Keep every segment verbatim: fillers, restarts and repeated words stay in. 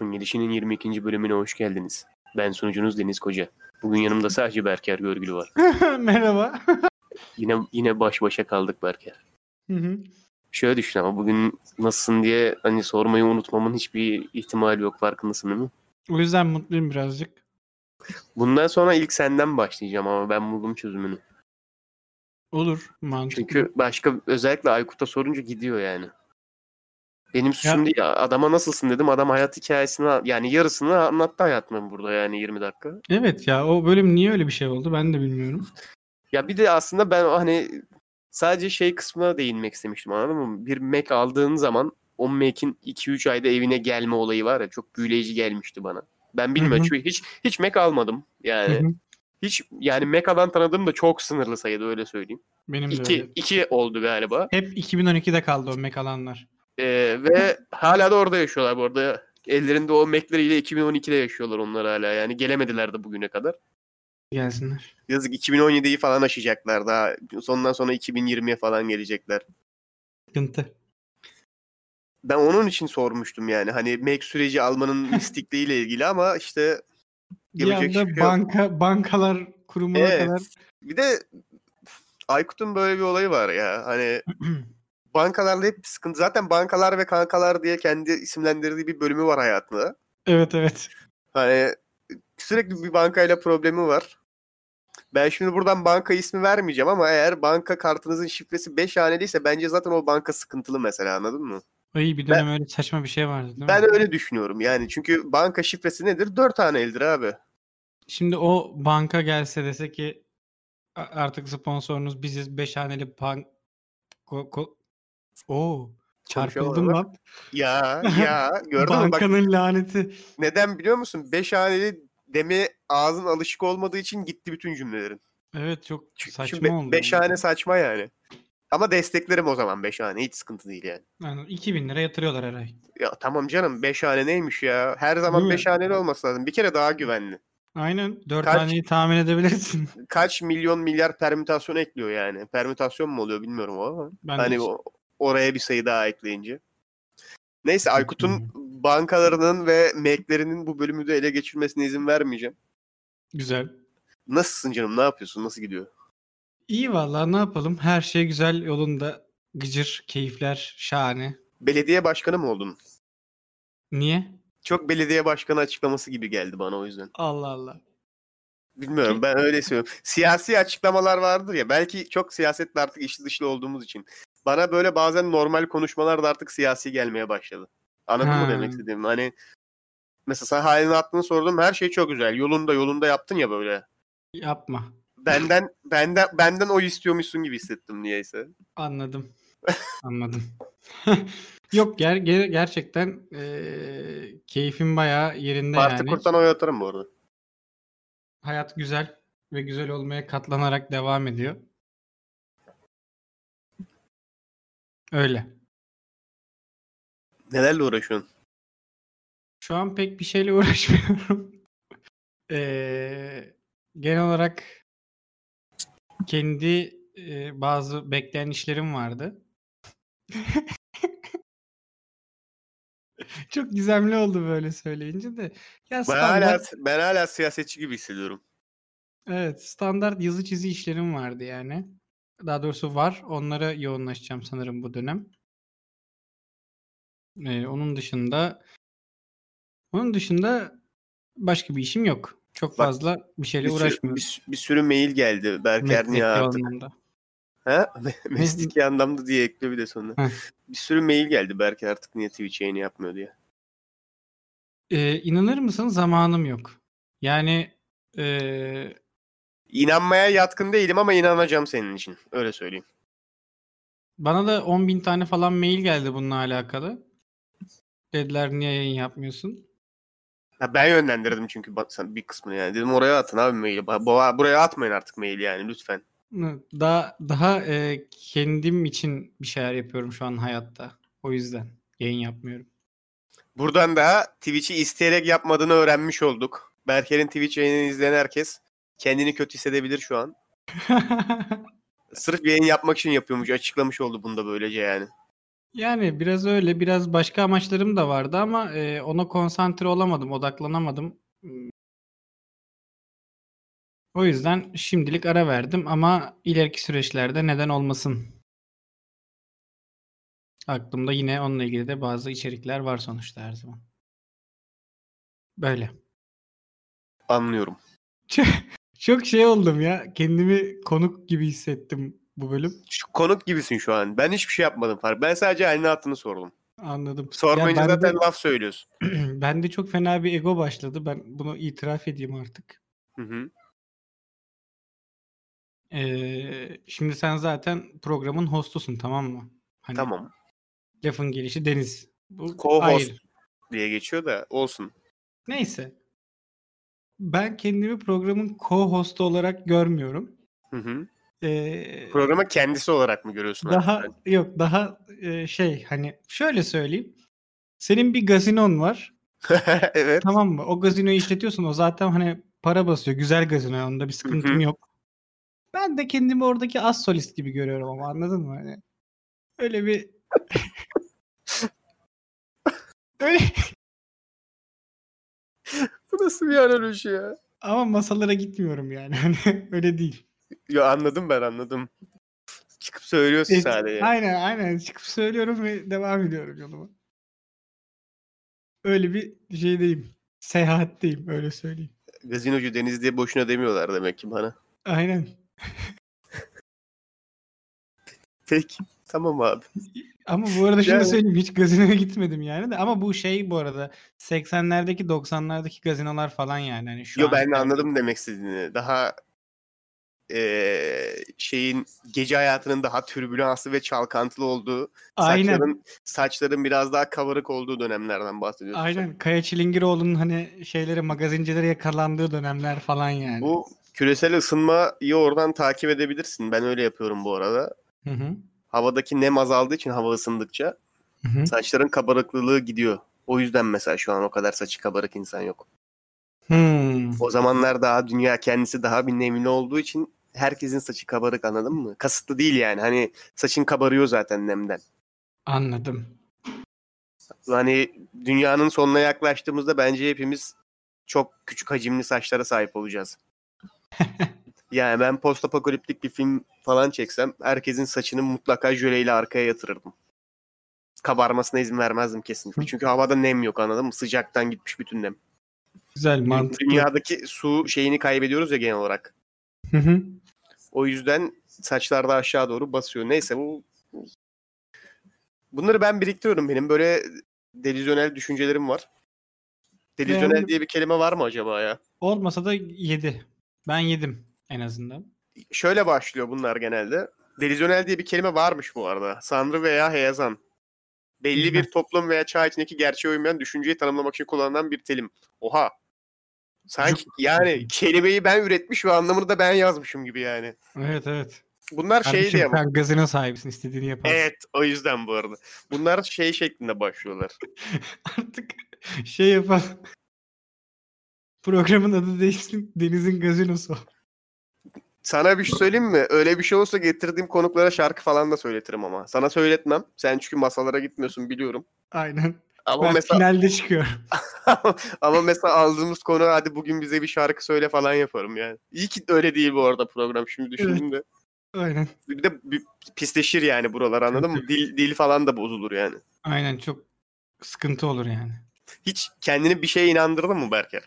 Lafın Gelişi'nin yirmi ikinci bölümüne hoş geldiniz. Ben sunucunuz Deniz Koca. Bugün yanımda sadece Berker Görgülü var. Merhaba. Yine yine baş başa kaldık Berker. Hı hı. Şöyle düşün ama bugün nasılsın diye hani sormayı unutmamın hiçbir ihtimali yok, farkındasın değil mi? O yüzden mutluyum birazcık. Bundan sonra ilk senden başlayacağım ama ben buldum çözümünü. Olur, mantıklı. Çünkü başka, özellikle Aykut'a sorunca gidiyor yani. Benim suçum Ya- değil. Adama nasılsın dedim. Adam hayat hikayesini, yani yarısını anlattı hayatımın burada yani yirmi dakika. Evet ya, o bölüm niye öyle bir şey oldu ben de bilmiyorum. Ya bir de aslında ben hani sadece şey kısmına değinmek istemiştim, anladın mı? Bir Mac aldığın zaman o Mac'in iki üç ayda evine gelme olayı var ya, çok büyüleyici gelmişti bana. Ben bilmiyorum Hı hı. çünkü hiç hiç Mac almadım. Yani Hı hı. hiç, yani Mac alan tanıdığım da çok sınırlı sayıda, öyle söyleyeyim. Benim de İki, öyle. iki oldu galiba. Hep iki bin on ikide kaldı o Mac alanlar. Ee, ve hala da orada yaşıyorlar bu arada. Ellerinde o Mac'leriyle iki bin on ikide yaşıyorlar onlar hala. Yani gelemediler de bugüne kadar. Gelsinler. Yazık, iki bin on yediyi falan aşacaklar daha. Sondan sonra iki bin yirmiye falan gelecekler. Sıkıntı. Ben onun için sormuştum yani. Hani Mac süreci almanın mistikliğiyle ilgili ama işte Bir yapacak hiçbir anda şey yok. banka, bankalar kurumuna Evet. kadar. Bir de Aykut'un böyle bir olayı var ya. Hani bankalarla hep bir sıkıntı. Zaten bankalar ve kankalar diye kendi isimlendirdiği bir bölümü var hayatında. Evet evet. Hani sürekli bir bankayla problemi var. Ben şimdi buradan banka ismi vermeyeceğim ama eğer banka kartınızın şifresi beş haneliyse bence zaten o banka sıkıntılı mesela, anladın mı? Ay, bir dönem öyle saçma bir şey vardı değil Ben mi? öyle düşünüyorum yani, çünkü banka şifresi nedir? dört hanelidir abi. Şimdi o banka gelse dese ki "A- artık sponsorunuz biziz, beş haneli bank... Ko- ko- Oo, Konuşamadım çarpıldım bak. lan. Ya ya gördün mü bak, Bankanın laneti. neden biliyor musun? beş haneli deme ağzın alışık olmadığı için gitti bütün cümlelerin. Evet, çok Çünkü saçma oldu. beş hane saçma yani. Ama desteklerim o zaman beş hane, hiç sıkıntı değil yani. Yani iki bin lira yatırıyorlar her ay. Ya tamam canım, beş hane neymiş ya? Her Değil zaman beş mi? haneli olması lazım. Bir kere daha güvenli. Aynen. Dört Kaç haneyi tahmin edebilirsin. kaç milyon milyar permütasyon ekliyor yani. Permütasyon mu oluyor bilmiyorum ama. Ben de Hani hiç. o, oraya bir sayı daha ekleyince. Neyse, Hiç Aykut'un bilmiyorum. bankalarının ve Mac'lerinin bu bölümü de ele geçirmesine izin vermeyeceğim. Güzel. Nasılsın canım? Ne yapıyorsun? Nasıl gidiyor? İyi vallahi, ne yapalım? Her şey güzel yolunda. Gıcır, keyifler şahane. Belediye başkanı mı oldun? Niye? Çok belediye başkanı açıklaması gibi geldi bana, o yüzden. Allah Allah. Bilmiyorum, Ki ben öyle söylüyorum. Siyasi açıklamalar vardır ya. Belki çok siyasetle artık içli dışlı olduğumuz için. Bana böyle bazen normal konuşmalar da artık siyasi gelmeye başladı. Anladın mı demek ha, istediğimi? Hani mesela sen halini aklını sordum. Her şey çok güzel. Yolunda yolunda yaptın ya böyle. yapma. Benden benden benden o istiyormuşsun gibi hissettim niyeyse. Anladım. Anladım. Yok, ger ger- gerçekten eee keyfim bayağı yerinde Parti yani. kurtan oy atarım bu arada. Hayat güzel ve güzel olmaya katlanarak devam ediyor. Öyle. Nelerle uğraşıyorsun? Şu an pek bir şeyle uğraşmıyorum. Eee, genel olarak kendi eee, bazı bekleyen işlerim vardı. Çok gizemli oldu böyle söyleyince de. Ya Ben hala standart, ben hala siyasetçi gibi hissediyorum. evet, standart yazı çizi işlerim vardı yani. Daha doğrusu var. Onlara yoğunlaşacağım sanırım bu dönem. Eee, onun dışında onun dışında başka bir işim yok. Çok Bak, fazla bir şeyle bir sürü bir, uğraşmıyorum. sü- bir sürü mail geldi. Berker niye Mesleki artık? anlamda. Ha? Ne? Mesleki anlamda diye ekliyor bir de sonra. Heh. Bir sürü mail geldi. Berker artık niye Twitch yayını yapmıyor diye. Eee, inanır mısın, zamanım yok. Yani eee, İnanmaya yatkın değilim ama inanacağım senin için. Öyle söyleyeyim. bana da on bin tane falan mail geldi bununla alakalı. Dediler niye yayın yapmıyorsun? Ha, ben yönlendirdim çünkü bak- sen bir kısmını yani. Dedim oraya atın abi maili. Ba- ba- Buraya atmayın artık maili yani, lütfen. Hı, Daha daha eee, kendim için bir şeyler yapıyorum şu an hayatta. O yüzden yayın yapmıyorum. Buradan da Twitch'i isteyerek yapmadığını öğrenmiş olduk. Berker'in Twitch yayınını izleyen herkes kendini kötü hissedebilir şu an. Sırf yayın yapmak için yapıyormuş. Açıklamış oldu bunu da böylece yani. Yani biraz öyle, biraz başka amaçlarım da vardı ama e, ona konsantre olamadım, odaklanamadım. Hmm, O yüzden şimdilik ara verdim ama ileriki süreçlerde neden olmasın? Aklımda yine onunla ilgili de bazı içerikler var sonuçta her zaman. Böyle. Anlıyorum. Çok şey oldum ya. Kendimi konuk gibi hissettim bu bölüm. Şu konuk gibisin şu an. Ben hiçbir şey yapmadım Fark. Ben sadece halini hattını sordum. Anladım. Ya Sormayınca ben de zaten laf söylüyorsun. ben de çok fena bir ego başladı. Ben bunu itiraf edeyim artık. Hı hı. Ee, şimdi sen zaten programın hostusun, tamam mı? Hani Tamam. lafın gelişi Deniz. Bu Co-host ayrı. diye geçiyor da olsun. Neyse. Ben kendimi programın co-hostu olarak görmüyorum. Hı hı. Ee, Programa kendisi olarak mı görüyorsun artık daha sen? yok daha e, şey hani şöyle söyleyeyim. Senin bir gazinon var. Evet. Tamam mı? O gazinoyu işletiyorsun. O zaten hani para basıyor. Güzel gazino. Onda bir Hı sıkıntım hı. yok. Ben de kendimi oradaki az solist gibi görüyorum ama anladın mı? Hani öyle bir öyle Bu nasıl bir analoji ya? ama masalara gitmiyorum yani. Hani öyle değil. Ya anladım ben anladım. Çıkıp söylüyorsun Evet, sadece. aynen aynen çıkıp söylüyorum ve devam ediyorum yoluma. Öyle bir şeydeyim. Seyahatteyim öyle söyleyeyim. Gazinocu Deniz diye boşuna demiyorlar demek ki bana. Aynen. Peki. Tamam abi. Ama bu arada şunu Yani söyleyeyim, hiç gazinoya gitmedim yani de, ama bu şey bu arada seksenlerdeki doksanlardaki gazinolar falan yani hani şu yo an ben de anladım demek istediğini. Daha eee, şeyin gece hayatının daha türbülanslı ve çalkantılı olduğu, aynen saçların saçların biraz daha kabarık olduğu dönemlerden bahsediyorsun sen. aynen Kaya Çilingiroğlu'nun hani şeyleri magazincilere yakalandığı dönemler falan yani. Bu küresel ısınmayı oradan takip edebilirsin. Ben öyle yapıyorum bu arada. Hı hı. Havadaki nem azaldığı için hava ısındıkça Hı hı. saçların kabarıklılığı gidiyor. O yüzden mesela şu an o kadar saçı kabarık insan yok. Hmm, O zamanlar daha dünya kendisi daha bir nemli olduğu için herkesin saçı kabarık, anladın mı? Kasıtlı değil yani. Hani saçın kabarıyor zaten nemden. anladım. Hani dünyanın sonuna yaklaştığımızda bence hepimiz çok küçük hacimli saçlara sahip olacağız. Yani ben post apokaliptik bir film falan çeksem herkesin saçını mutlaka jöleyle arkaya yatırırdım. Kabarmasına izin vermezdim kesinlikle. Çünkü havada nem yok, anladın mı? Sıcaktan gitmiş bütün nem. Güzel, Dü- mantıklı. Dünyadaki su şeyini kaybediyoruz ya genel olarak. Hı hı. O yüzden saçlar da aşağı doğru basıyor. Neyse bu bunları ben biriktiriyorum. Benim böyle delüzyonel düşüncelerim var. Delüzyonel Beğendim. diye bir kelime var mı acaba ya? Olmasa da yedi. Ben yedim en azından. Şöyle başlıyor bunlar genelde. Delüzyonel diye bir kelime varmış bu arada. Sanrı veya heyazan. Belli Bilmem. bir toplum veya çağ içindeki gerçeğe uymayan düşünceyi tanımlamak için kullanılan bir terim. Oha. Sanki Cuk. yani kelimeyi ben üretmiş ve anlamını da ben yazmışım gibi yani. Evet evet. Bunlar şey diye Kardeşim ama. sen gazino sahibisin, istediğini yaparsın. Evet, o yüzden bu arada. Bunlar şey şeklinde başlıyorlar. Artık şey yapalım. Programın adı değişsin. Deniz'in gazinosu. Sana bir şey söyleyeyim mi? Öyle bir şey olsa getirdiğim konuklara şarkı falan da söyletirim ama. Sana söyletmem. Sen çünkü masalara gitmiyorsun biliyorum. Aynen. Ama Ben mesela finalde çıkıyorum. ama mesela aldığımız konu hadi bugün bize bir şarkı söyle falan yaparım yani. İyi ki öyle değil bu arada program, şimdi Evet. düşündüm de. Aynen. Bir de bir pisleşir yani buralar, anladın Tabii, mı? Dil, dil falan da bozulur yani. aynen çok sıkıntı olur yani. Hiç kendini bir şeye inandırdın mı Berker?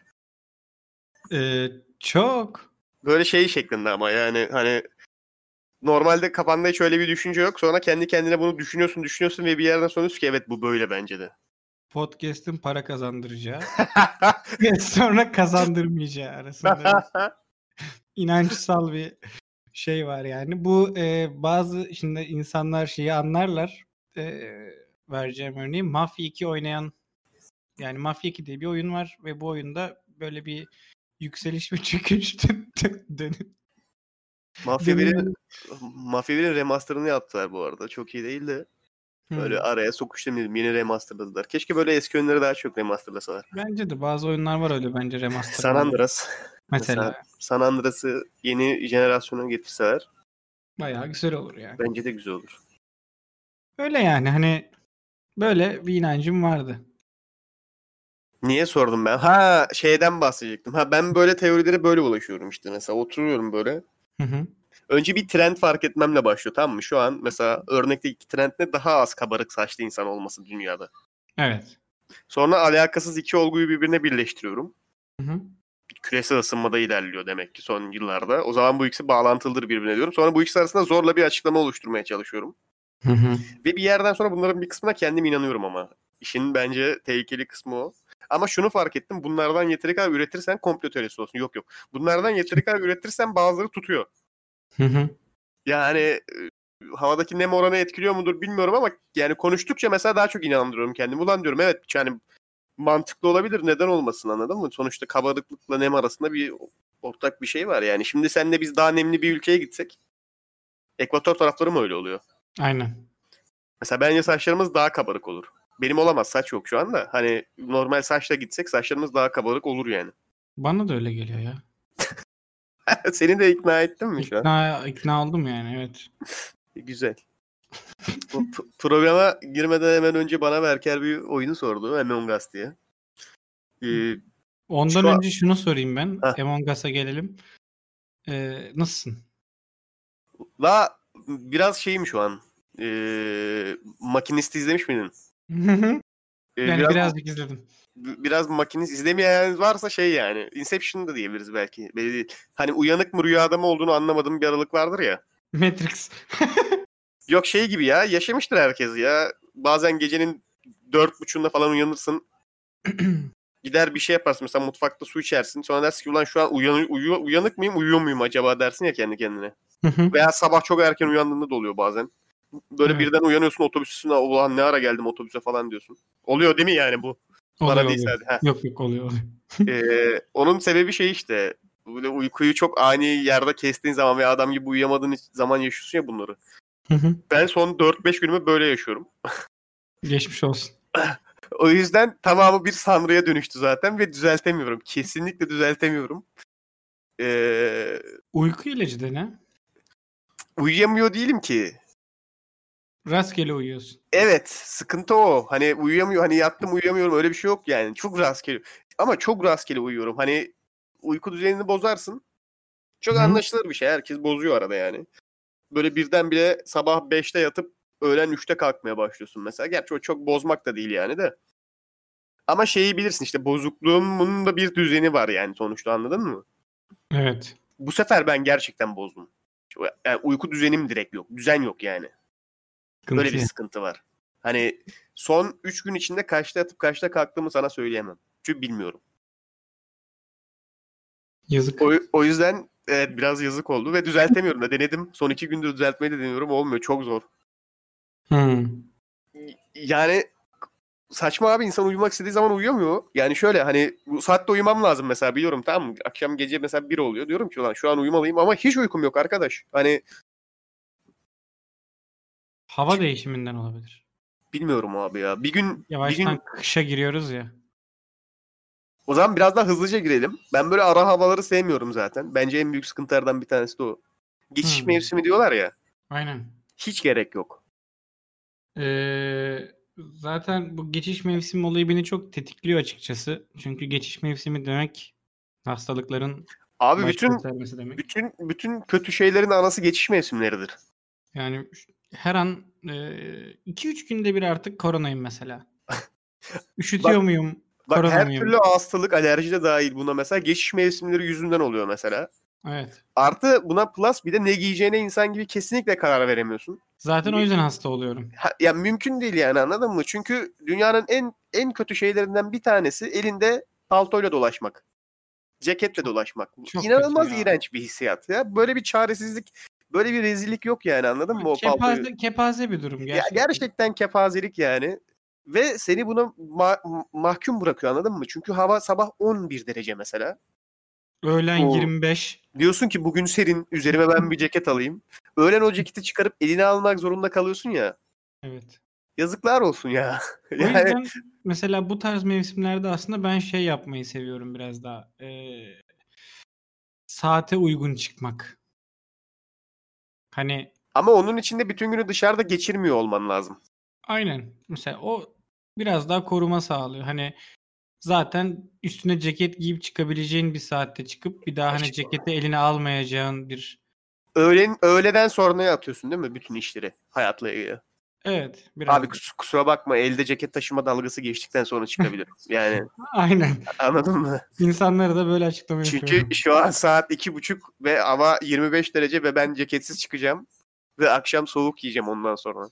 Ee, çok. Böyle şey şeklinde ama yani hani normalde kafanda hiç öyle bir düşünce yok. Sonra kendi kendine bunu düşünüyorsun düşünüyorsun ve bir yerden sonra diyorsun ki evet bu böyle bence de. Podcast'ın para kazandıracağı ve sonra kazandırmayacağı arasında bir inançsal bir şey var yani. Bu e, bazı şimdi insanlar şeyi anlarlar. E, vereceğim örneği Mafya iki oynayan, yani Mafya iki diye bir oyun var ve bu oyunda böyle bir yükseliş ve çöküş dönemi. Mafya birin Mafya birin remaster'ını yaptılar bu arada. Çok iyi değil de böyle Hmm. araya sokuşturmayalım. Yeni remasterladılar. Keşke böyle eski oyunları daha çok remasterlasalar. Bence de bazı oyunlar var öyle bence San remasterlanıyor. Andreas. Mesela Mesela San Andreas'ı yeni jenerasyona getirseler bayağı güzel olur yani. bence de güzel olur. Öyle yani hani Böyle bir inancım vardı. Niye sordum ben? Ha şeyden bahsedecektim. Ha ben böyle teorilere böyle ulaşıyorum işte. Mesela oturuyorum böyle. Hı hı. Önce bir trend fark etmemle başlıyor, tamam mı? Şu an mesela örnekteki trend ne? Daha az kabarık saçlı insan olması dünyada. Evet. Sonra alakasız iki olguyu birbirine birleştiriyorum. Hı hı. Küresel ısınmada ilerliyor demek ki son yıllarda. O zaman bu ikisi bağlantılıdır birbirine diyorum. Sonra bu ikisi arasında zorla bir açıklama oluşturmaya çalışıyorum. Hı hı. Ve bir yerden sonra bunların bir kısmına kendim inanıyorum ama. İşin bence tehlikeli kısmı o. Ama şunu fark ettim. Bunlardan yeteri kadar üretirsen komplo teorisi olsun. Yok yok. Bunlardan yeteri kadar üretirsen bazıları tutuyor. Hı hı. Yani e, havadaki nem oranı etkiliyor mudur bilmiyorum ama yani konuştukça mesela daha çok inandırıyorum kendimi. Ulan diyorum evet yani mantıklı olabilir. Neden olmasın, anladın mı? Sonuçta kabarıklıkla nem arasında bir ortak bir şey var yani. Şimdi senle biz daha nemli bir ülkeye gitsek, ekvator tarafları mı öyle oluyor? Aynen. Mesela bence saçlarımız daha kabarık olur. Benim olamaz, saç yok şu anda. Hani normal saçla gitsek saçlarımız daha kabarık olur yani. Bana da öyle geliyor ya. Seni de ikna ettim mi şu an? İkna, ikna oldum yani, evet. Güzel. Bu p- programa girmeden hemen önce bana Berker bir oyunu sordu. Among Us diye. Ee, Ondan şu an... önce şunu sorayım ben. Heh. Among Us'a gelelim. Ee, nasılsın? La biraz şeyim şu an. Ee, Makinist izlemiş miydin? Ee, Yani biraz birazcık izledim. biraz Makinist izlemeyen varsa şey yani. Inception da diyebiliriz belki. Belli değil. Hani uyanık mı rüyada mı olduğunu anlamadığım bir aralık vardır ya. Matrix. Yok şey gibi ya, yaşamıştır herkes ya. Bazen gecenin dört buçuğunda falan uyanırsın. Gider bir şey yaparsın, mesela mutfakta su içersin. Sonra dersin ki ulan şu an uyan, uyu, uyanık mıyım, uyuyor muyum acaba dersin ya kendi kendine. Veya sabah çok erken uyandığında da oluyor bazen. Böyle Evet. birden uyanıyorsun otobüsüne, ulan ne ara geldim otobüse falan diyorsun. Oluyor değil mi yani bu? Bana Oluyor değil oluyor. sadece. Heh. Yok yok, oluyor oluyor. Ee, onun sebebi şey işte. Böyle uykuyu çok ani yerde kestiğin zaman veya adam gibi uyuyamadığın zaman yaşıyorsun ya bunları. Ben son dört beş günümü böyle yaşıyorum. Geçmiş olsun. O yüzden tamamı bir sanrıya dönüştü zaten ve düzeltemiyorum. Kesinlikle düzeltemiyorum. Ee, Uyku ilacı dene. uyuyamıyor değilim ki. Rastgele uyuyorsun. Evet, sıkıntı o. Hani uyuyamıyor, hani yattım uyuyamıyorum, öyle bir şey yok yani. Çok rastgele. Ama çok rastgele uyuyorum. Hani uyku düzenini bozarsın. Çok Hı. anlaşılır bir şey. Herkes bozuyor arada yani. Böyle birdenbire sabah beşte yatıp öğlen üçte kalkmaya başlıyorsun mesela. Gerçi o çok bozmak da değil yani de. Ama şeyi bilirsin işte, bozukluğumun da bir düzeni var yani sonuçta, anladın mı? Evet. Bu sefer ben gerçekten bozdum. Yani uyku düzenim direkt yok. Düzen yok yani. Böyle bir Sıkıntı. sıkıntı var. Hani son üç gün içinde kaçta yatıp kaçta kalktığımı sana söyleyemem. Çünkü bilmiyorum. Yazık. O, o yüzden evet, biraz yazık oldu ve düzeltemiyorum da, denedim. Son iki gündür düzeltmeyi de deniyorum. Olmuyor. Çok zor. Hı. Yani saçma abi, insan uyumak istediği zaman uyuyamıyor. Yani şöyle, hani bu saatte uyumam lazım mesela, biliyorum tamam mı? Akşam gece mesela bir oluyor. Diyorum ki ulan şu an uyumalıyım ama hiç uykum yok arkadaş. Hani Hava değişiminden olabilir. bilmiyorum abi ya. Bir gün bir Yavaştan gün kışa giriyoruz ya. o zaman biraz daha hızlıca girelim. Ben böyle ara havaları sevmiyorum zaten. Bence en büyük sıkıntılardan bir tanesi de o. Geçiş Hı. mevsimi diyorlar ya. Aynen. Hiç gerek yok. Ee, zaten bu geçiş mevsimi olayı beni çok tetikliyor açıkçası. Çünkü geçiş mevsimi demek hastalıkların Abi baş bütün göstermesi demek. bütün bütün kötü şeylerin anası geçiş mevsimleridir. Yani her an iki üç günde bir artık koronayım mesela. Üşütüyor Bak muyum? bak Korona her türlü mıyım? hastalık, alerji de dahil buna, mesela geçiş mevsimleri yüzünden oluyor mesela. Evet. Artı buna plus bir de ne giyeceğine insan gibi kesinlikle karar veremiyorsun. Zaten o yüzden hasta oluyorum. Ha, ya mümkün değil yani, anladın mı? Çünkü dünyanın en en kötü şeylerinden bir tanesi elinde paltoyla dolaşmak. Ceketle Çok dolaşmak. çok kötü İnanılmaz ya. iğrenç bir hissiyat ya. Böyle bir çaresizlik, böyle bir rezillik yok yani, anladın mı o paltoyu? Kepaze kepaze bir durum Ya gerçekten. gerçekten kepazelik yani. Ve seni buna ma- mahkum bırakıyor, anladın mı? Çünkü hava sabah on bir derece mesela. Öğlen O yirmi beş. diyorsun ki bugün serin, üzerime ben bir ceket alayım. Öğlen o ceketi çıkarıp eline almak zorunda kalıyorsun ya. Evet. Yazıklar olsun ya. O Yani yüzden mesela bu tarz mevsimlerde aslında ben şey yapmayı seviyorum biraz daha. Ee, saate uygun çıkmak. Hani ama onun için de bütün günü dışarıda geçirmiyor olman lazım. Aynen. Mesela o biraz daha koruma sağlıyor. Hani zaten üstüne ceket giyip çıkabileceğin bir saatte çıkıp bir daha hani İşte ceketi eline almayacağın bir öğlen, öğleden sonraya atıyorsun değil mi bütün işleri hayatla ilgili? evet Abi biraz da. kus- kusura bakma, elde ceket taşıma dalgası geçtikten sonra çıkabilirim. Yani Aynen. anladın mı? İnsanlara da böyle açıklama Çünkü yapıyorum. şu an saat iki buçuk ve hava yirmi beş derece ve ben ceketsiz çıkacağım. Ve akşam soğuk yiyeceğim ondan sonra.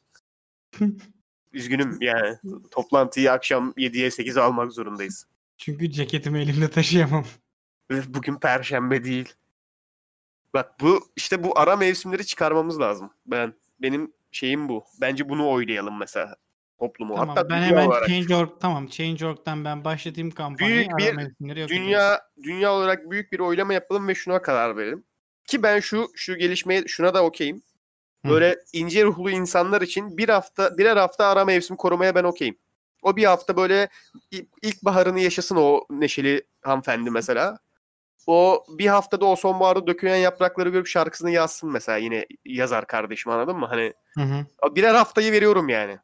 Üzgünüm yani. Toplantıyı akşam yediye sekize almak zorundayız. Çünkü ceketimi elimde taşıyamam. Ve bugün Perşembe değil. Bak bu işte bu ara mevsimleri çıkarmamız lazım. Ben benim şeyim bu. Bence bunu oylayalım mesela toplumu. Tamam Hatta ben dünya hemen olarak. change org tamam change org'dan ben başlatayım kampanyayı Büyük ara bir mevsimleri yok edelim. dünya dünya olarak büyük bir oylama yapalım ve şuna karar verelim. Ki ben şu şu gelişmeye şuna da okeyim. Hı. Böyle ince ruhlu insanlar için bir hafta birer hafta ara mevsim korumaya ben okeyim. O bir hafta böyle ilk ilkbaharını yaşasın o neşeli hanımefendi mesela. O bir haftada o sonbaharda dökülen yaprakları görüp şarkısını yazsın mesela, yine yazar kardeşim, anladın mı? Hani Hı hı. birer haftayı veriyorum yani.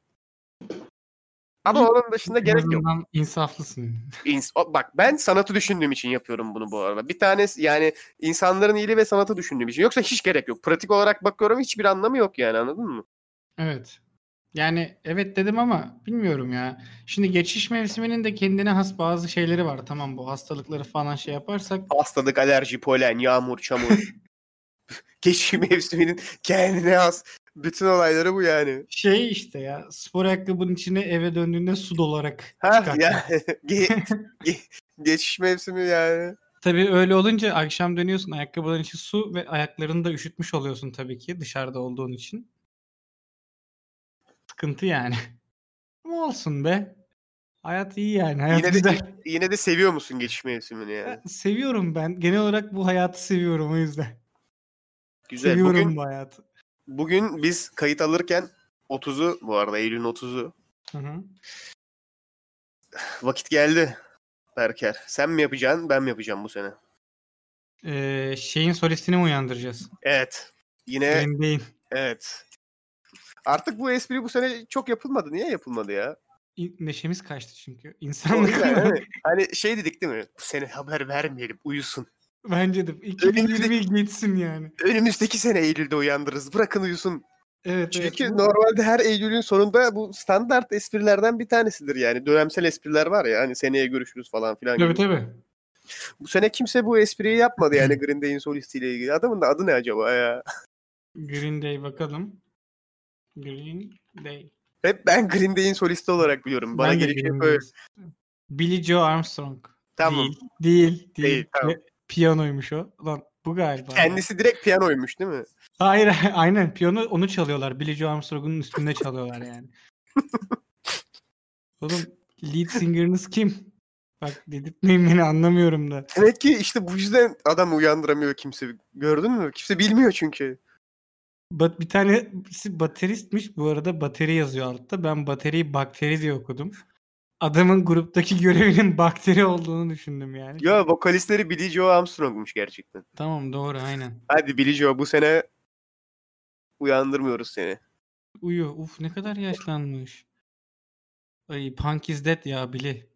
Ama İyi. onun dışında En gerek yok. azından insaflısın. İns- Bak ben sanatı düşündüğüm için yapıyorum bunu bu arada. Bir tanesi yani insanların iyiliği ve sanatı düşündüğüm için. Yoksa hiç gerek yok. Pratik olarak bakıyorum, hiçbir anlamı yok yani, anladın mı? Evet. Yani evet dedim ama bilmiyorum ya. Şimdi geçiş mevsiminin de kendine has bazı şeyleri var. Tamam bu hastalıkları falan şey yaparsak Hastalık, alerji, polen, yağmur, çamur. Geçiş mevsiminin kendine has bütün olayları bu yani. şey işte ya spor ayakkabının içine eve döndüğünde su dolarak Ha ya çıkartmak. ge- ge- geçiş mevsimi yani. Tabii öyle olunca akşam dönüyorsun ayakkabıların içi su ve ayaklarını da üşütmüş oluyorsun tabii ki dışarıda olduğun için. Sıkıntı yani. Ama olsun be. Hayat iyi yani. Hayat Yine de güzel. yine de seviyor musun geçiş mevsimini yani? Ben seviyorum ben. Genel olarak bu hayatı seviyorum o yüzden. Güzel. Bugün Seviyorum bu hayatı. bugün biz kayıt alırken otuzu, bu arada Eylül'ün otuzu. Hı hı. Vakit geldi Berker. Sen mi yapacaksın, ben mi yapacağım bu sene? Ee, şeyin solistini mi uyandıracağız? Evet. Yine Green Day'in. evet. Artık bu espri bu sene çok yapılmadı. Niye yapılmadı ya? İ- Neşemiz kaçtı çünkü. O İnsanlık yüzden olarak. hani, hani şey dedik değil mi? Bu sene haber vermeyelim, uyusun. Bence de. Önümüzdeki, iki bin yirmi geçsin yani. önümüzdeki sene Eylül'de uyandırırız. Bırakın uyusun. Evet evet. Çünkü Bu normalde her Eylül'ün sonunda bu standart esprilerden bir tanesidir yani. Dönemsel espriler var ya, hani seneye görüşürüz falan filan tabii gibi. tabii. Bu sene kimse bu espriyi yapmadı yani Green Day'in solistiyle ilgili. Adamın da adı ne acaba ya? Green Day bakalım. Green Day. Hep ben Green Day'in solisti olarak biliyorum. Bana Ben de gelip hep Green öyle. Day. Billie Joe Armstrong. Tamam. Değil. Değil. Değil, Değil. tamam. Pi- Piyanoymuş o. Lan bu galiba ya. Kendisi direkt piyanoymuş değil mi? Hayır aynen piyano onu çalıyorlar. Billie Joe Armstrong'un üstünde çalıyorlar yani. Oğlum lead singer'ınız kim? Bak dedirtmeyin beni anlamıyorum da. Demek ki işte bu yüzden adam uyandıramıyor kimse. Gördün mü? Kimse bilmiyor çünkü. Ba- bir tanesi bateristmiş. Bu arada bateri yazıyor altta. Ben bateriyi bakteri diye okudum. Adamın gruptaki görevinin bakteri olduğunu düşündüm yani. Ya vokalistleri Billie Joe Armstrong'muş gerçekten. Tamam doğru aynen. Hadi Billie Joe, bu sene uyandırmıyoruz seni. Uyu. Uf ne kadar yaşlanmış. Ay punk is dead ya Billy.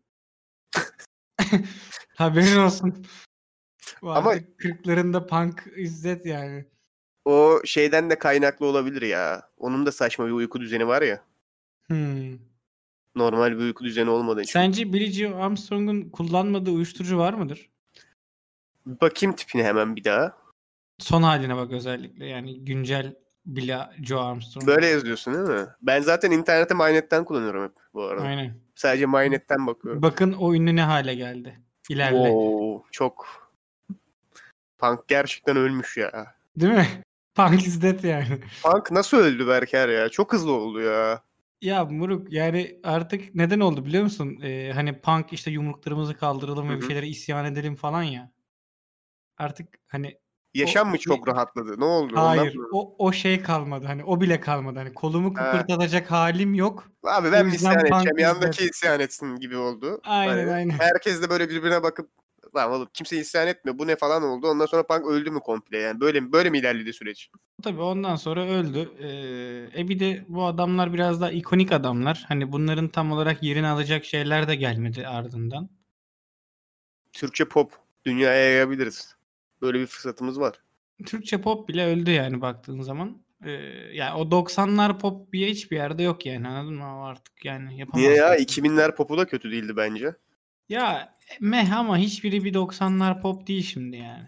Haberin olsun. Bu Ama artık kırklarında punk is dead yani. o şeyden de kaynaklı olabilir ya. Onun da saçma bir uyku düzeni var ya. Hmm. Normal bir uyku düzeni olmadığı için. Sence Billie Joe Armstrong'un kullanmadığı uyuşturucu var mıdır? Bakayım tipine hemen bir daha. Son haline bak özellikle yani güncel Billie Joe Armstrong. Böyle yazıyorsun değil mi? Ben zaten interneti MyNet'ten kullanıyorum hep bu arada. Aynen. Sadece MyNet'ten bakıyorum. Bakın o ünlü ne hale geldi. İlerle. Wow, çok punk gerçekten ölmüş ya. Değil mi? Punk is dead yani. Punk nasıl öldü Berker ya? Çok hızlı oldu ya. Ya Muruk yani artık neden oldu biliyor musun? Ee, hani punk işte yumruklarımızı kaldıralım Hı ve bir hı. şeylere isyan edelim falan ya. Artık hani Yaşam o mı çok rahatladı? Ne oldu? Ondan hayır mı? o o şey kalmadı. Hani o bile kalmadı. Hani kolumu Ha. kıpırdatacak halim yok. Abi O ben mi isyan yüzden punk edeceğim? is dead. Yanındaki isyan etsin gibi oldu. Aynen Hani aynen. herkes de böyle birbirine bakıp Lan oğlum kimse isyan etmiyor. Bu ne falan oldu. Ondan sonra punk öldü mü komple yani? Böyle mi böyle mi ilerledi süreç? Tabii ondan sonra öldü. Ee, e bir de bu adamlar biraz daha ikonik adamlar. Hani bunların tam olarak yerini alacak şeyler de gelmedi ardından. Türkçe pop dünyaya yayabiliriz. Böyle bir fırsatımız var. Türkçe pop bile öldü yani baktığın zaman. Ee, yani o doksanlar pop bir hiçbir yerde yok yani, anladın mı? O artık yani Niye ya? yapamazsın. iki binler popu da kötü değildi bence. Ya meh, ama hiçbiri bir doksanlar pop değil şimdi yani.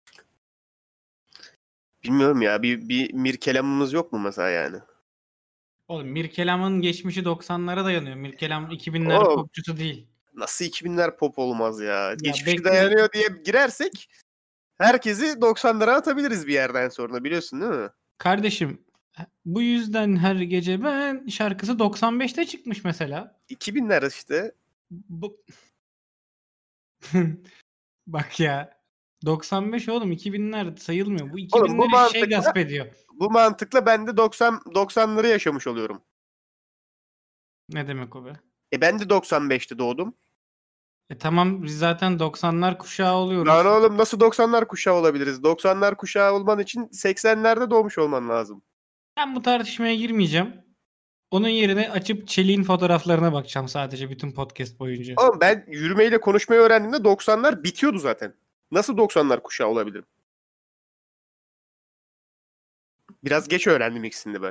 Bilmiyorum ya. Bir, bir Mirkelam'ımız yok mu mesela yani? Oğlum Mirkelam'ın geçmişi doksanlara dayanıyor. Mirkelam iki binler Oğlum popçusu değil. nasıl iki binler pop olmaz ya? Ya Geçmişi bekle. dayanıyor diye girersek herkesi doksanlara atabiliriz bir yerden sonra, biliyorsun değil mi? Kardeşim, bu yüzden her gece ben şarkısı doksan beşte çıkmış mesela. iki binler işte. Bu... Bak ya. doksan beş oğlum, iki binler sayılmıyor. Bu Oğlum bu iki binleri şey mantıkla gasp ediyor. bu mantıkla ben de doksan doksanları yaşamış oluyorum. Ne demek o be? E ben de doksan beşte doğdum. E tamam, biz zaten doksanlar kuşağı oluyoruz. Lan oğlum nasıl doksanlar kuşağı olabiliriz? doksanlar kuşağı olman için seksenlerde doğmuş olman lazım. Ben bu tartışmaya girmeyeceğim. Onun yerine açıp Çelik'in fotoğraflarına bakacağım sadece bütün podcast boyunca. Oğlum ben yürümeyle konuşmayı öğrendiğimde doksanlar bitiyordu zaten. Nasıl doksanlar kuşağı olabilirim? Biraz geç öğrendim ikisini de ben.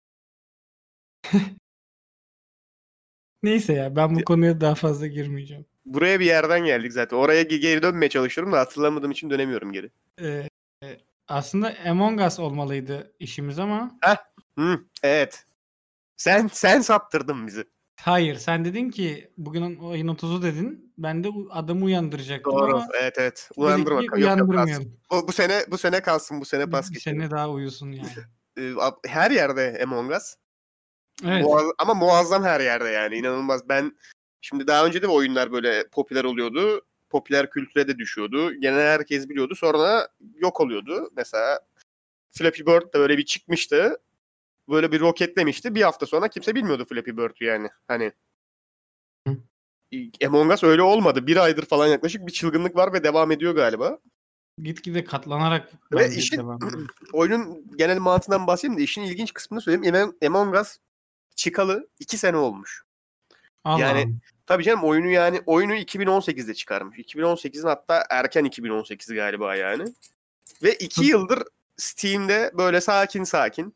Neyse ya, ben bu konuya daha fazla girmeyeceğim. Buraya bir yerden geldik zaten. Oraya ge- geri dönmeye çalışıyorum da hatırlamadığım için dönemiyorum geri. Ee, e, aslında Among Us olmalıydı işimiz ama Heh. Hı, evet. Sen sen saptırdın bizi. hayır, sen dedin ki bugün ayın otuzu dedin. Ben de u- adamı uyandıracaktım Doğru. ama Evet evet. dedik Uyandır ki bakalım. Yok yok kalsın. uyandırmayalım. Bu, bu sene bu sene kalsın. Bu sene pas Bir geçelim. sene daha uyusun yani. Ee, Her yerde Among Us. Evet. Muaz- ama muazzam her yerde yani. İnanılmaz. Ben şimdi daha önce de oyunlar böyle popüler oluyordu. Popüler kültüre de düşüyordu. Genel herkes biliyordu. Sonra yok oluyordu. Mesela Flappy Bird de böyle bir çıkmıştı. Böyle bir roketlemişti. Bir hafta sonra kimse bilmiyordu Flappy Bird'ü yani. Hani Hı. Among Us öyle olmadı. Bir aydır falan yaklaşık bir çılgınlık var ve devam ediyor galiba. Gitgide katlanarak Ve bence işin devam ediyor. oyunun genel mantığından bahsedeyim de işin ilginç kısmını söyleyeyim. Among- Among Us çıkalı iki sene olmuş. Allah Yani Allah. tabii canım oyunu yani oyunu iki bin on sekizde çıkarmış. iki bin on sekizin hatta erken iki bin on sekiz galiba yani. Ve iki yıldır Steam'de böyle sakin sakin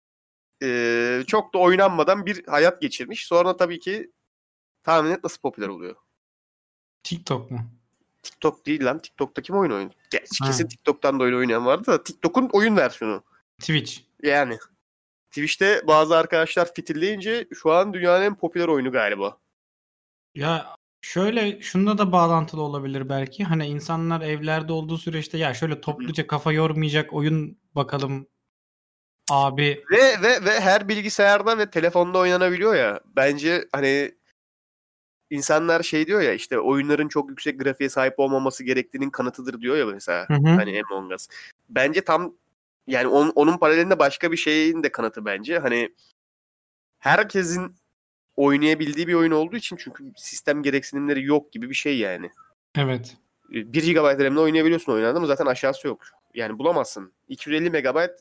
e, çok da oynanmadan bir hayat geçirmiş. Sonra tabii ki tahmin et nasıl popüler oluyor. TikTok mu? TikTok değil lan. TikTok'ta kim oyun oynuyor? Gerçi Ha. kesin TikTok'tan da oyun oynayan vardı da TikTok'un oyun versiyonu. Twitch. Yani. Twitch'te bazı arkadaşlar fitilleyince şu an dünyanın en popüler oyunu galiba. Ya şöyle, şunda da bağlantılı olabilir belki. Hani insanlar evlerde olduğu süreçte ya şöyle topluca kafa yormayacak oyun bakalım abi. Ve ve ve her bilgisayarda ve telefonda oynanabiliyor ya. Bence hani insanlar şey diyor ya, işte oyunların çok yüksek grafiğe sahip olmaması gerektiğinin kanıtıdır diyor ya mesela. Hı hı. Hani Among Us. Bence tam yani onun, onun paralelinde başka bir şeyin de kanıtı bence. Hani herkesin oynayabildiği bir oyun olduğu için, çünkü sistem gereksinimleri yok gibi bir şey yani. Evet. bir gigabayt RAM'le oynayabiliyorsun oyunu, ama zaten aşağısı yok. Yani bulamazsın. iki yüz elli megabayt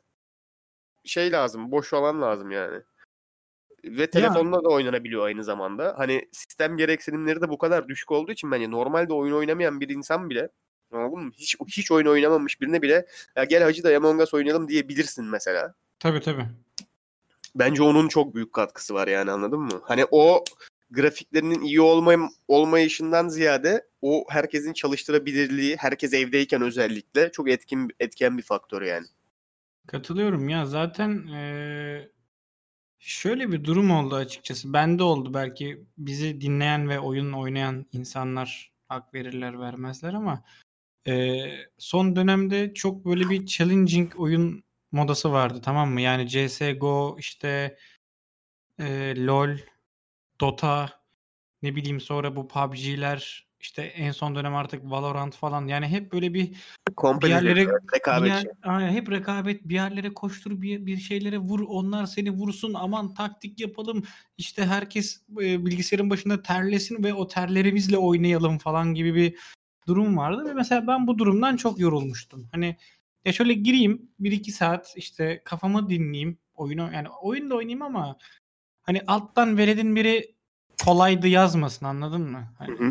şey lazım, boş alan lazım yani. Ve telefonla da oynanabiliyor aynı zamanda. Hani sistem gereksinimleri de bu kadar düşük olduğu için bence normalde oyun oynamayan bir insan bile, anladın mı? Hiç, hiç oyun oynamamış birine bile ya gel hacı da Among Us oynayalım diyebilirsin mesela. Tabii tabii. Bence onun çok büyük katkısı var yani, anladın mı? Hani o grafiklerinin iyi olmay olmayışından ziyade o herkesin çalıştırabilirliği, herkes evdeyken özellikle çok etkin etken bir faktör yani. Katılıyorum ya, zaten eee, şöyle bir durum oldu açıkçası. Bende oldu, belki bizi dinleyen ve oyun oynayan insanlar hak verirler vermezler ama eee, son dönemde çok böyle bir challenging oyun modası vardı, tamam mı? Yani C S G O, işte eee, LoL, Dota, ne bileyim, sonra bu P U B G'ler, işte en son dönem artık Valorant falan, yani hep böyle bir bir Kompetitif, yerlere bir rekabetçi. yer, aynen, hep rekabet, bir yerlere koştur, bir, bir şeylere vur, onlar seni vursun, aman taktik yapalım, işte herkes e, bilgisayarın başında terlesin ve o terlerimizle oynayalım falan gibi bir durum vardı ve mesela ben bu durumdan çok yorulmuştum. Hani ya şöyle gireyim bir iki saat işte kafamı dinleyeyim. Oyunu yani oyun da oynayayım ama hani alttan veledin biri kolaydı yazmasın, anladın mı? Hı Hani hı.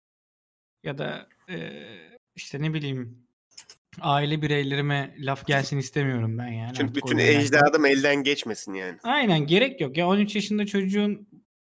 ya da e, işte ne bileyim aile bireylerime laf gelsin istemiyorum ben yani Bütün, artık bütün oyun oynarken. ecdadım elden geçmesin yani. Aynen, gerek yok. Ya on üç yaşında çocuğun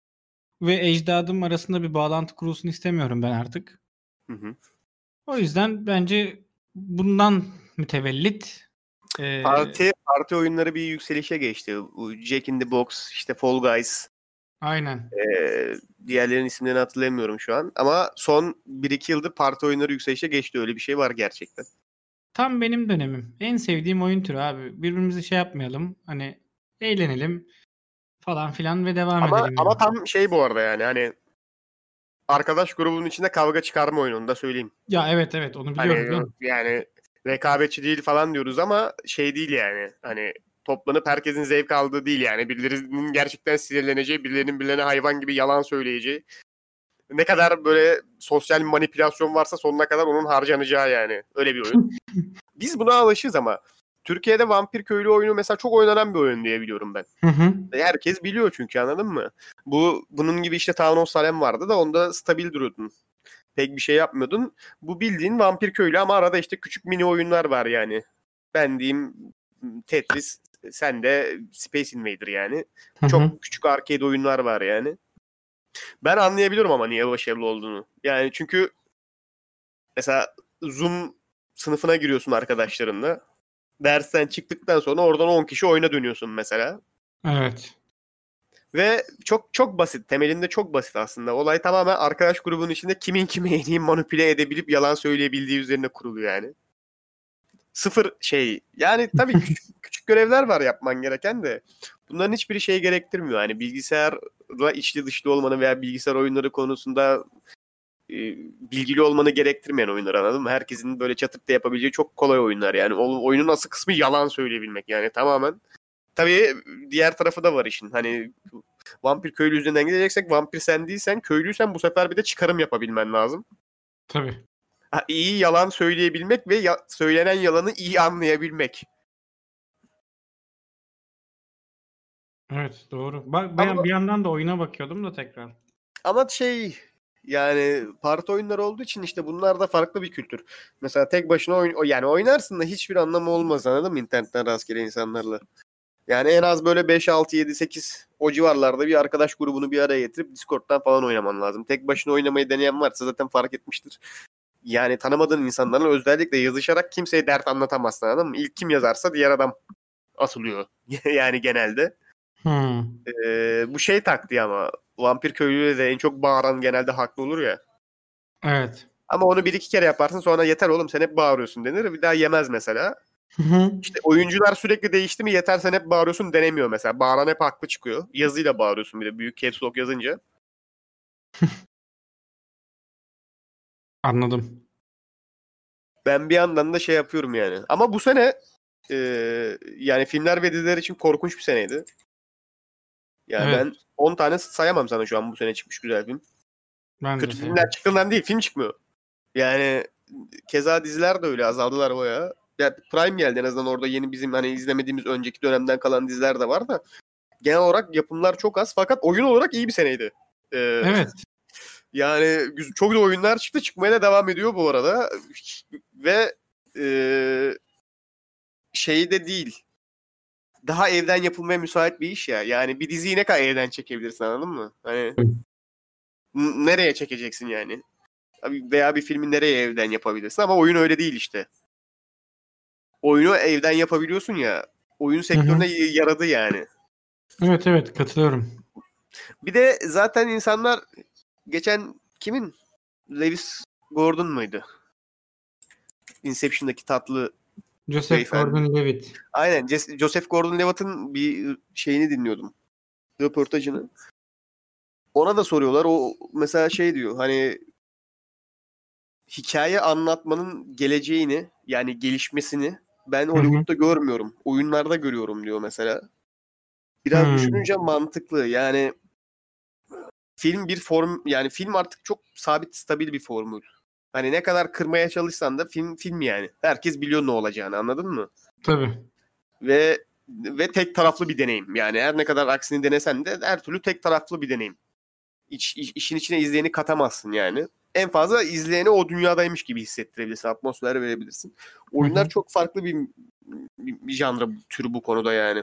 ve ecdadım arasında bir bağlantı kurulsun istemiyorum ben artık. Hı hı. O yüzden bence bundan mütevellit e, Parti, parti oyunları bir yükselişe geçti. Bu Jack in the Box, işte Fall Guys, aynen. Ee, diğerlerinin isimlerini hatırlamıyorum şu an. Ama son bir iki yıldır parti oyunları yükselişe geçti. Öyle bir şey var gerçekten. Tam benim dönemim. En sevdiğim oyun türü abi. Birbirimizi şey yapmayalım. Hani eğlenelim falan filan ve devam Ama edelim ama yani. tam şey bu arada yani hani arkadaş grubunun içinde kavga çıkarma oyununu da söyleyeyim. Ya evet evet, onu biliyorum Hani canım. yani rekabetçi değil falan diyoruz ama şey değil yani. Hani toplanıp herkesin zevk aldığı değil yani. Birilerinin gerçekten sinirleneceği, birilerinin birilerine hayvan gibi yalan söyleyeceği. Ne kadar böyle sosyal manipülasyon varsa sonuna kadar onun harcanacağı yani. Öyle bir oyun. Biz buna alışığız ama Türkiye'de Vampir Köylü oyunu mesela çok oynanan bir oyun diye biliyorum ben. Hı hı. Herkes biliyor çünkü, anladın mı? Bu bunun gibi işte Town of Salem vardı da onda stabil duruyordun. Pek bir şey yapmıyordun. Bu bildiğin Vampir Köylü ama arada işte küçük mini oyunlar var yani. Ben diyeyim Tetris, sen de Space Invader yani. Hı hı. Çok küçük arcade oyunlar var yani. Ben anlayabiliyorum ama niye başarılı olduğunu. Yani çünkü mesela Zoom sınıfına giriyorsun arkadaşlarınla. Dersten çıktıktan sonra oradan on kişi oyuna dönüyorsun mesela. Evet. Ve çok çok basit. Temelinde çok basit aslında. Olay tamamen arkadaş grubunun içinde kimin kime en iyi manipüle edebilip yalan söyleyebildiği üzerine kuruluyor yani. Sıfır şey. Yani tabii küçük, küçük görevler var yapman gereken de. Bunların hiçbiri şey gerektirmiyor. Yani bilgisayarla içli dışlı olmanı veya bilgisayar oyunları konusunda e, bilgili olmanı gerektirmeyen oyunlar, anladın mı? Herkesin böyle çatıp da yapabileceği çok kolay oyunlar yani. O, oyunun asıl kısmı yalan söyleyebilmek yani tamamen. Tabii diğer tarafı da var işin. Hani vampir köylü üzerinden gideceksek vampir sen değilsen, köylüysen bu sefer bir de çıkarım yapabilmen lazım. Tabii. Ha, iyi yalan söyleyebilmek ve ya- söylenen yalanı iyi anlayabilmek. Evet, doğru. Bak ben Ama bir yandan da oyuna bakıyordum da tekrar. ama şey yani parti oyunları olduğu için işte bunlar da farklı bir kültür. Mesela tek başına oyun o- yani oynarsın da hiçbir anlamı olmaz, anladın mı, internetten rastgele insanlarla. Yani en az böyle beş altı yedi sekiz o civarlarda bir arkadaş grubunu bir araya getirip Discord'dan falan oynaman lazım. Tek başına oynamayı deneyen varsa zaten fark etmiştir. Yani tanımadığın insanlarla özellikle yazışarak kimseye dert anlatamazsın, anladın mı? İlk kim yazarsa diğer adam asılıyor. Yani genelde. Hmm. Ee, bu şey taktiği ama vampir köylüyle de en çok bağıran genelde haklı olur ya. Evet. Ama onu bir iki kere yaparsın sonra yeter oğlum sen hep bağırıyorsun denir. Bir daha yemez mesela. Hı hı. İşte oyuncular sürekli değişti mi yeter sen hep bağırıyorsun denemiyor mesela. Bağıran hep haklı çıkıyor. Yazıyla bağırıyorsun bir de büyük caps lock yazınca. Anladım. Ben bir yandan da şey yapıyorum yani. Ama bu sene e, yani filmler ve diziler için korkunç bir seneydi. Yani Evet. ben on tane sayamam sana şu an bu sene çıkmış güzel film. Ben de Kötü filmler sevdim. çıktığından değil, film çıkmıyor. Yani keza diziler de öyle azaldılar bayağı. Ya Prime geldi en azından, orada yeni bizim hani izlemediğimiz önceki dönemden kalan diziler de var da genel olarak yapımlar çok az fakat oyun olarak iyi bir seneydi. Ee, Evet. yani güz- çok güzel oyunlar çıktı, çıkmaya da devam ediyor bu arada ve e, şey de değil. Daha evden yapılmaya müsait bir iş ya. Yani bir diziyi ne kadar evden çekebilirsin, anladın mı? Hani n- nereye çekeceksin yani? Abi veya bir filmi nereye evden yapabilirsin ama oyun öyle değil işte. Oyunu evden yapabiliyorsun ya. Oyun Hı hı. sektörüne y- yaradı yani. Evet evet, katılıyorum. Bir de zaten insanlar geçen kimin? Lewis Gordon muydu? Inception'daki tatlı Joseph beyefendi. Gordon-Levitt. Aynen. Jes- Joseph Gordon-Levitt'in bir şeyini dinliyordum. Röportajını. Ona da soruyorlar. O mesela şey diyor. Hani hikaye anlatmanın geleceğini yani gelişmesini ben Hı hı. Hollywood'da görmüyorum. Oyunlarda görüyorum diyor mesela. Biraz Hmm. düşününce mantıklı. Yani film bir form yani film artık çok sabit stabil bir formül. Hani ne kadar kırmaya çalışsan da film film yani. Herkes biliyor ne olacağını, anladın mı? Tabii. Ve ve tek taraflı bir deneyim. Yani her ne kadar aksini denesen de her türlü tek taraflı bir deneyim. İç, iş- işin içine izleyeni katamazsın yani. En fazla izleyeni o dünyadaymış gibi hissettirebilirsin. Atmosfer verebilirsin. Oyunlar Hı hı. çok farklı bir, bir, bir janra türü bu konuda yani.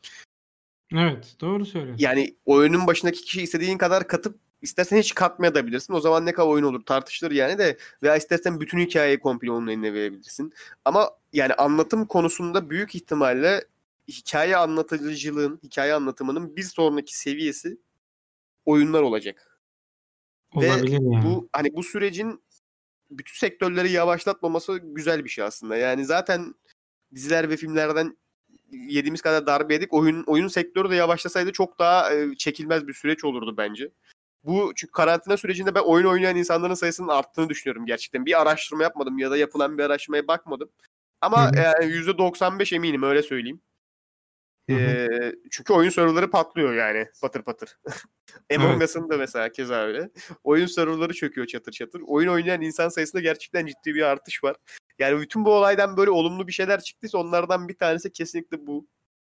Evet, doğru söylüyorsun. Yani oyunun başındaki kişi istediğin kadar katıp istersen hiç katmayabilirsin. O zaman ne kadar oyun olur tartışılır yani de, veya istersen bütün hikayeyi komple onun eline verebilirsin. Ama yani anlatım konusunda büyük ihtimalle hikaye anlatıcılığın, hikaye anlatımının bir sonraki seviyesi oyunlar olacak. Ve Olabilir yani. bu hani bu sürecin bütün sektörleri yavaşlatmaması güzel bir şey aslında. Yani zaten diziler ve filmlerden yediğimiz kadar darbe yedik. Oyun oyun sektörü de yavaşlasaydı çok daha e, çekilmez bir süreç olurdu bence. Bu çünkü karantina sürecinde ben oyun oynayan insanların sayısının arttığını düşünüyorum gerçekten. Bir araştırma yapmadım ya da yapılan bir araştırmaya bakmadım. Hı Ama hı. yani yüzde doksan beş eminim, öyle söyleyeyim. Hı hı. E, çünkü oyun serverları patlıyor yani patır patır. Among Evet. Us'ın da mesela keza öyle. Oyun serverları çöküyor çatır çatır. Oyun oynayan insan sayısında gerçekten ciddi bir artış var. Yani bütün bu olaydan böyle olumlu bir şeyler çıktıysa onlardan bir tanesi kesinlikle bu.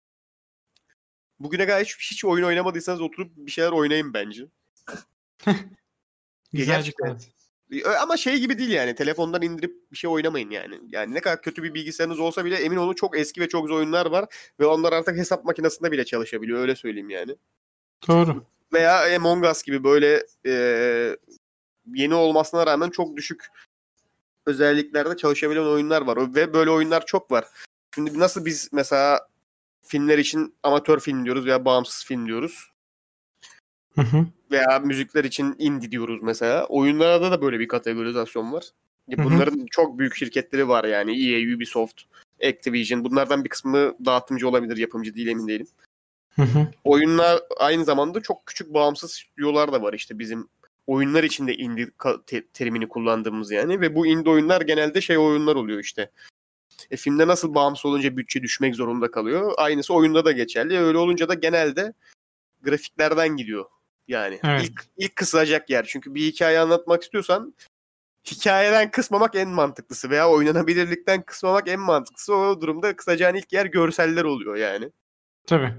Bugüne kadar hiç, hiç oyun oynamadıysanız oturup bir şeyler oynayın bence. Ya Güzel bir gerçekten. tavsiye. Ama şey gibi değil yani. Telefondan indirip bir şey oynamayın yani. Yani ne kadar kötü bir bilgisayarınız olsa bile emin olun çok eski ve çok zor oyunlar var. Ve onlar artık hesap makinesinde bile çalışabiliyor. Öyle söyleyeyim yani. Doğru. Veya Among Us gibi böyle e, yeni olmasına rağmen çok düşük özelliklerde çalışabilen oyunlar var. Ve böyle oyunlar çok var. Şimdi nasıl biz mesela filmler için amatör film diyoruz veya bağımsız film diyoruz. Hı hı. Veya müzikler için indie diyoruz mesela. Oyunlarda da böyle bir kategorizasyon var. Hı hı. Bunların çok büyük şirketleri var yani. E A, Ubisoft, Activision. Bunlardan bir kısmı dağıtımcı olabilir, yapımcı değil, emin değilim. Hı hı. Oyunlar aynı zamanda çok küçük bağımsız stüdyolar da var işte bizim oyunlar içinde indie te- terimini kullandığımız yani. Ve bu indie oyunlar genelde şey oyunlar oluyor işte. E, filmde nasıl bağımsız olunca bütçe düşmek zorunda kalıyor. Aynısı oyunda da geçerli. Öyle olunca da genelde grafiklerden gidiyor. Yani Evet. ilk ilk kısılacak yer. Çünkü bir hikaye anlatmak istiyorsan hikayeden kısmamak en mantıklısı veya oynanabilirlikten kısmamak en mantıklısı. O durumda kısacağın ilk yer görseller oluyor yani. Tabii.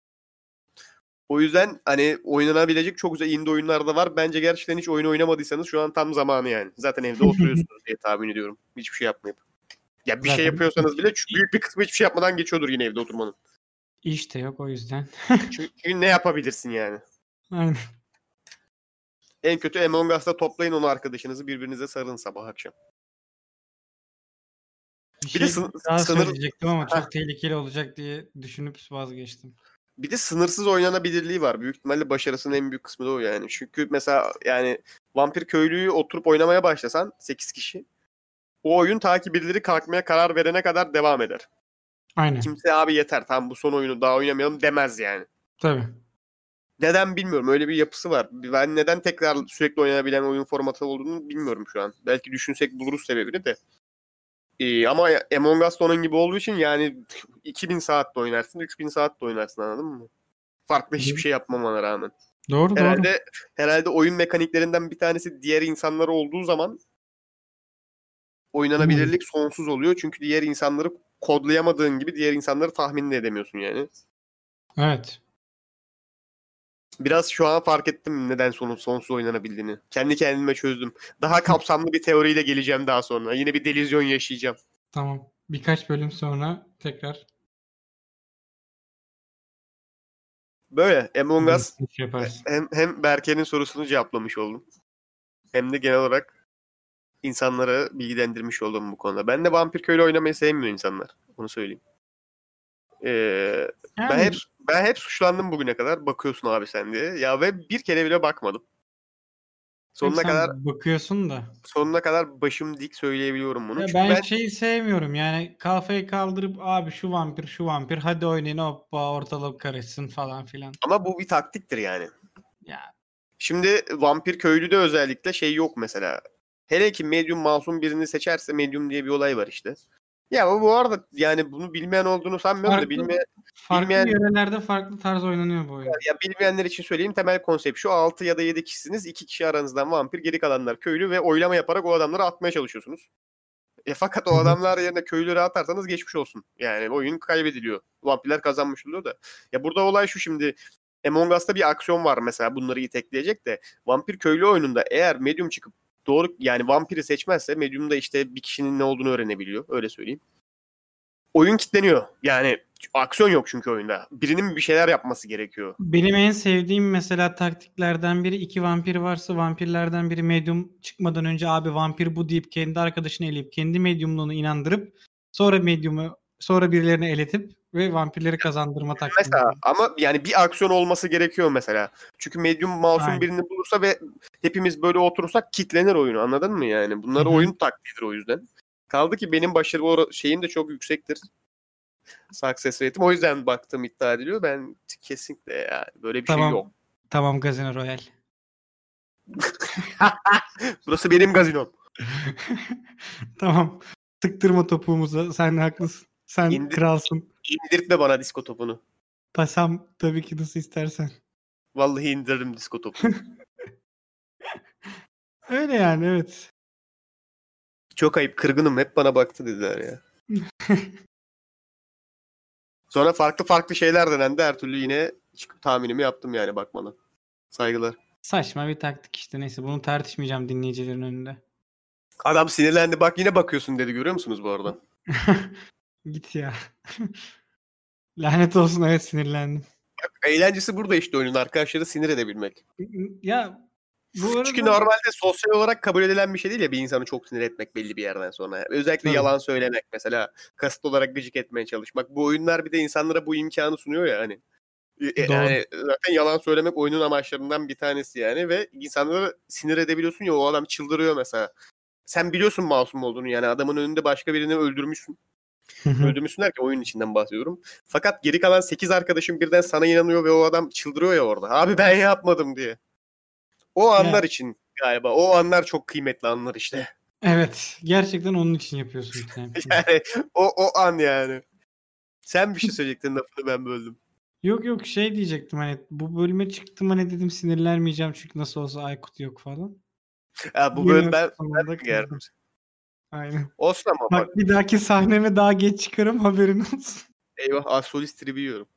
O yüzden hani oynanabilecek çok güzel indie oyunlar da var. Bence gerçekten hiç oyun oynamadıysanız şu an tam zamanı yani. Zaten evde oturuyorsunuz diye tahmin ediyorum. Hiçbir şey yapmayıp. Ya bir şey Zaten yapıyorsanız bile büyük bir kısmı hiçbir şey yapmadan geçiyordur yine evde oturmanın. iş de yok o yüzden. Çünkü ne yapabilirsin yani? Aynen. En kötü Among Us'ta toplayın onu arkadaşınızı, birbirinize sarılın sabah akşam. Bir Bir de şey sın- daha sınır söyleyecektim ama Heh, çok tehlikeli olacak diye düşünüp vazgeçtim. bir de sınırsız oynanabilirliği var. Büyük ihtimalle başarısının en büyük kısmı da o yani. Çünkü mesela yani Vampir Köylü'yü oturup oynamaya başlasan sekiz kişi, o oyun ta ki birileri kalkmaya karar verene kadar devam eder. Aynen. Kimse abi yeter tamam bu son oyunu daha oynamayalım demez yani. Tabii. Neden bilmiyorum. Öyle bir yapısı var. Ben neden tekrar sürekli oynanabilen oyun formatı olduğunu bilmiyorum şu an. Belki düşünsek buluruz sebebini de. Ee, ama Among Us da onun gibi olduğu için yani iki bin saat de oynarsın, üç bin saat de oynarsın, anladın mı? Farklı hiçbir şey yapmamana rağmen. Doğru doğru. Herhalde herhalde oyun mekaniklerinden bir tanesi diğer insanlar olduğu zaman Hmm. oynanabilirlik sonsuz oluyor. Çünkü diğer insanları kodlayamadığın gibi diğer insanları tahmin de edemiyorsun yani. Evet. Biraz şu an fark ettim neden sonu sonsuz oynanabildiğini. Kendi kendime çözdüm. Daha kapsamlı bir teoriyle geleceğim daha sonra. Yine bir delüzyon yaşayacağım. Tamam. Birkaç bölüm sonra tekrar Böyle Among Us şey yaparız. hem, hem Berke'nin sorusunu cevaplamış oldum. Hem de genel olarak insanları bilgilendirmiş oldum bu konuda. Ben de Vampir Köylü oynamayı sevmiyor insanlar. Onu söyleyeyim. Ee, ben hep Yani ben hep suçlandım bugüne kadar. Bakıyorsun abi sen diye. Ya ve bir kere bile bakmadım. hep Sonuna kadar sen bakıyorsun da. sonuna kadar başım dik söyleyebiliyorum bunu. Ya Çünkü ben ben şeyi sevmiyorum yani kafayı kaldırıp abi şu vampir şu vampir hadi oynayın hoppa ortalık karışsın falan filan. ama bu bir taktiktir yani. Ya Şimdi Vampir Köylü'de özellikle şey yok mesela. Hele ki medium masum birini seçerse, medium diye bir olay var işte. Ya bu bu arada yani bunu bilmeyen olduğunu sanmıyorum da Farklı bilmeyen, farklı bilmeyen yörelerde farklı tarz oynanıyor bu oyun. ya bilmeyenler için söyleyeyim, temel konsept şu: altı ya da yedi kişisiniz. iki kişi aranızdan vampir, geri kalanlar köylü ve oylama yaparak o adamları atmaya çalışıyorsunuz. E fakat o adamlar yerine köylüleri atarsanız geçmiş olsun. Yani oyun kaybediliyor. Vampirler kazanmış oluyor da. Ya burada olay şu: şimdi Among Us'ta bir aksiyon var mesela bunları itekleyecek de, vampir köylü oyununda eğer medium çıkıp doğru yani vampiri seçmezse, medium'da işte bir kişinin ne olduğunu öğrenebiliyor. Öyle söyleyeyim. Oyun kilitleniyor. Yani aksiyon yok çünkü oyunda. Birinin bir şeyler yapması gerekiyor. Benim en sevdiğim mesela taktiklerden biri, iki vampir varsa vampirlerden biri medium çıkmadan önce abi vampir bu deyip kendi arkadaşını eleyip kendi mediumluğunu inandırıp sonra medium'u sonra birilerini eletip ve vampirleri kazandırma taktiği. Mesela ama yani bir aksiyon olması gerekiyor mesela. Çünkü medium masum Aynen. birini bulursa ve hepimiz böyle oturursak kitlenir oyunu, anladın mı yani? Bunlar Hı hı. oyun taktiğidir o yüzden. Kaldı ki benim başarı or- şeyim de çok yüksektir. Success rate'im, o yüzden baktığım iddia ediliyor. Ben kesinlikle yani böyle bir Tamam. şey yok. Tamam Casino Royale. Burası benim gazinom. Tamam. Tıktırma topuğumuza. Sen haklısın. Sen İndir- kralsın. İndirtme bana disko topunu. Pasam tabii ki nasıl istersen. Vallahi indiririm disko topunu. Öyle yani, evet. Çok ayıp, kırgınım, hep bana baktı dediler ya. Sonra farklı farklı şeyler denendi. Her türlü yine tahminimi yaptım yani bakmadan. Saygılar. Saçma bir taktik işte, neyse bunu tartışmayacağım dinleyicilerin önünde. Adam sinirlendi, bak yine bakıyorsun dedi, görüyor musunuz bu arada? Git ya. Lanet olsun, evet sinirlendim. Bak, eğlencesi burada işte oyunun, arkadaşları sinir edebilmek. Ya bu arada... Çünkü normalde sosyal olarak kabul edilen bir şey değil ya bir insanı çok sinir etmek belli bir yerden sonra. Özellikle Tabii. yalan söylemek mesela, kasıtlı olarak gıcık etmeye çalışmak. Bu oyunlar bir de insanlara bu imkanı sunuyor ya hani. E, Doğru. Yani zaten yalan söylemek oyunun amaçlarından bir tanesi yani ve insanları sinir edebiliyorsun ya, o adam çıldırıyor mesela. Sen biliyorsun masum olduğunu, yani adamın önünde başka birini öldürmüşsün. Öldürmüşsün derken oyunun içinden bahsediyorum. Fakat geri kalan sekiz arkadaşın birden sana inanıyor ve o adam çıldırıyor ya orada. Abi ben yapmadım diye. O anlar Ya. için galiba. O anlar çok kıymetli anlar işte. Evet. Gerçekten onun için yapıyorsun. Yani o, o an yani. Sen bir şey söyleyecektin, lafını ben böldüm. Yok yok, şey diyecektim, hani bu bölüme çıktım hani dedim sinirlenmeyeceğim çünkü nasıl olsa Aykut yok falan. Ha, bu Yine bölüm ben, sonunda ben kızdım. kızdım. Aynen. Olsun ama bak. Bak bir dahaki sahneme daha geç çıkarım, haberin olsun. Eyvah, Asolistri biliyorum.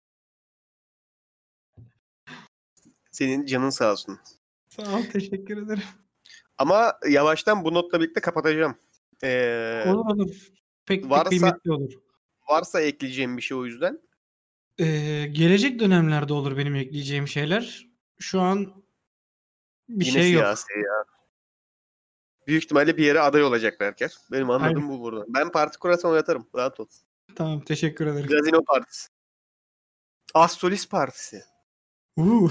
Senin canın sağ olsun. Sağ ol, teşekkür ederim. Ama yavaştan bu notla birlikte kapatacağım. Ee, Olur olur. Pek de varsa kıymetli olur. varsa ekleyeceğim bir şey o yüzden. Ee, gelecek dönemlerde olur benim ekleyeceğim şeyler. Şu an bir Yine şey yok. siyasi ya. Büyük ihtimalle bir yere aday olacak Berker. Benim anladığım Aynen. bu buradan. Ben parti kurarsam oynatırım. Rahat ol. Tamam, teşekkür ederim. Gazino Partisi. Astolis Partisi. Uuu,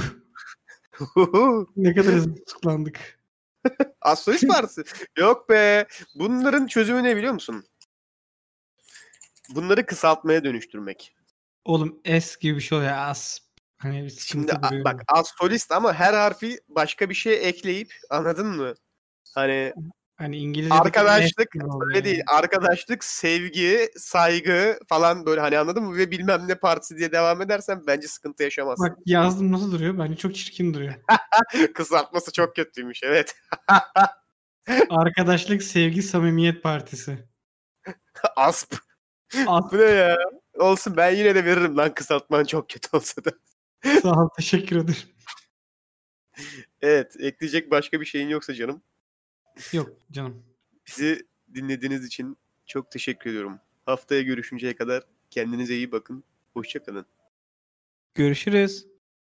ne kadar hızlı tutuklandık. Astolis Partisi. Yok be. Bunların çözümü ne biliyor musun? Bunları kısaltmaya dönüştürmek. Oğlum S gibi bir şey oluyor. As. Hani bir Şimdi sıkıntı a- duruyor. bak, Astolis ama her harfi başka bir şey ekleyip, anladın mı? Hani Hani İngilizce'deki arkadaşlık S gibi oluyor öyle değil. yani. Arkadaşlık, sevgi, saygı falan böyle, hani anladın mı? Ve bilmem ne partisi diye devam edersen bence sıkıntı yaşamazsın. Bak yazdım, nasıl duruyor? Bence çok çirkin duruyor. Kısaltması çok kötüymüş, evet. Arkadaşlık, Sevgi, Samimiyet Partisi. Asp. As. Bu ne ya? Olsun, ben yine de veririm lan, kısaltman çok kötü olsa da. Sağ ol, teşekkür ederim. Evet, ekleyecek başka bir şeyin yoksa canım. Yok canım. Bizi dinlediğiniz için çok teşekkür ediyorum. Haftaya görüşünceye kadar kendinize iyi bakın. Hoşça kalın. Görüşürüz.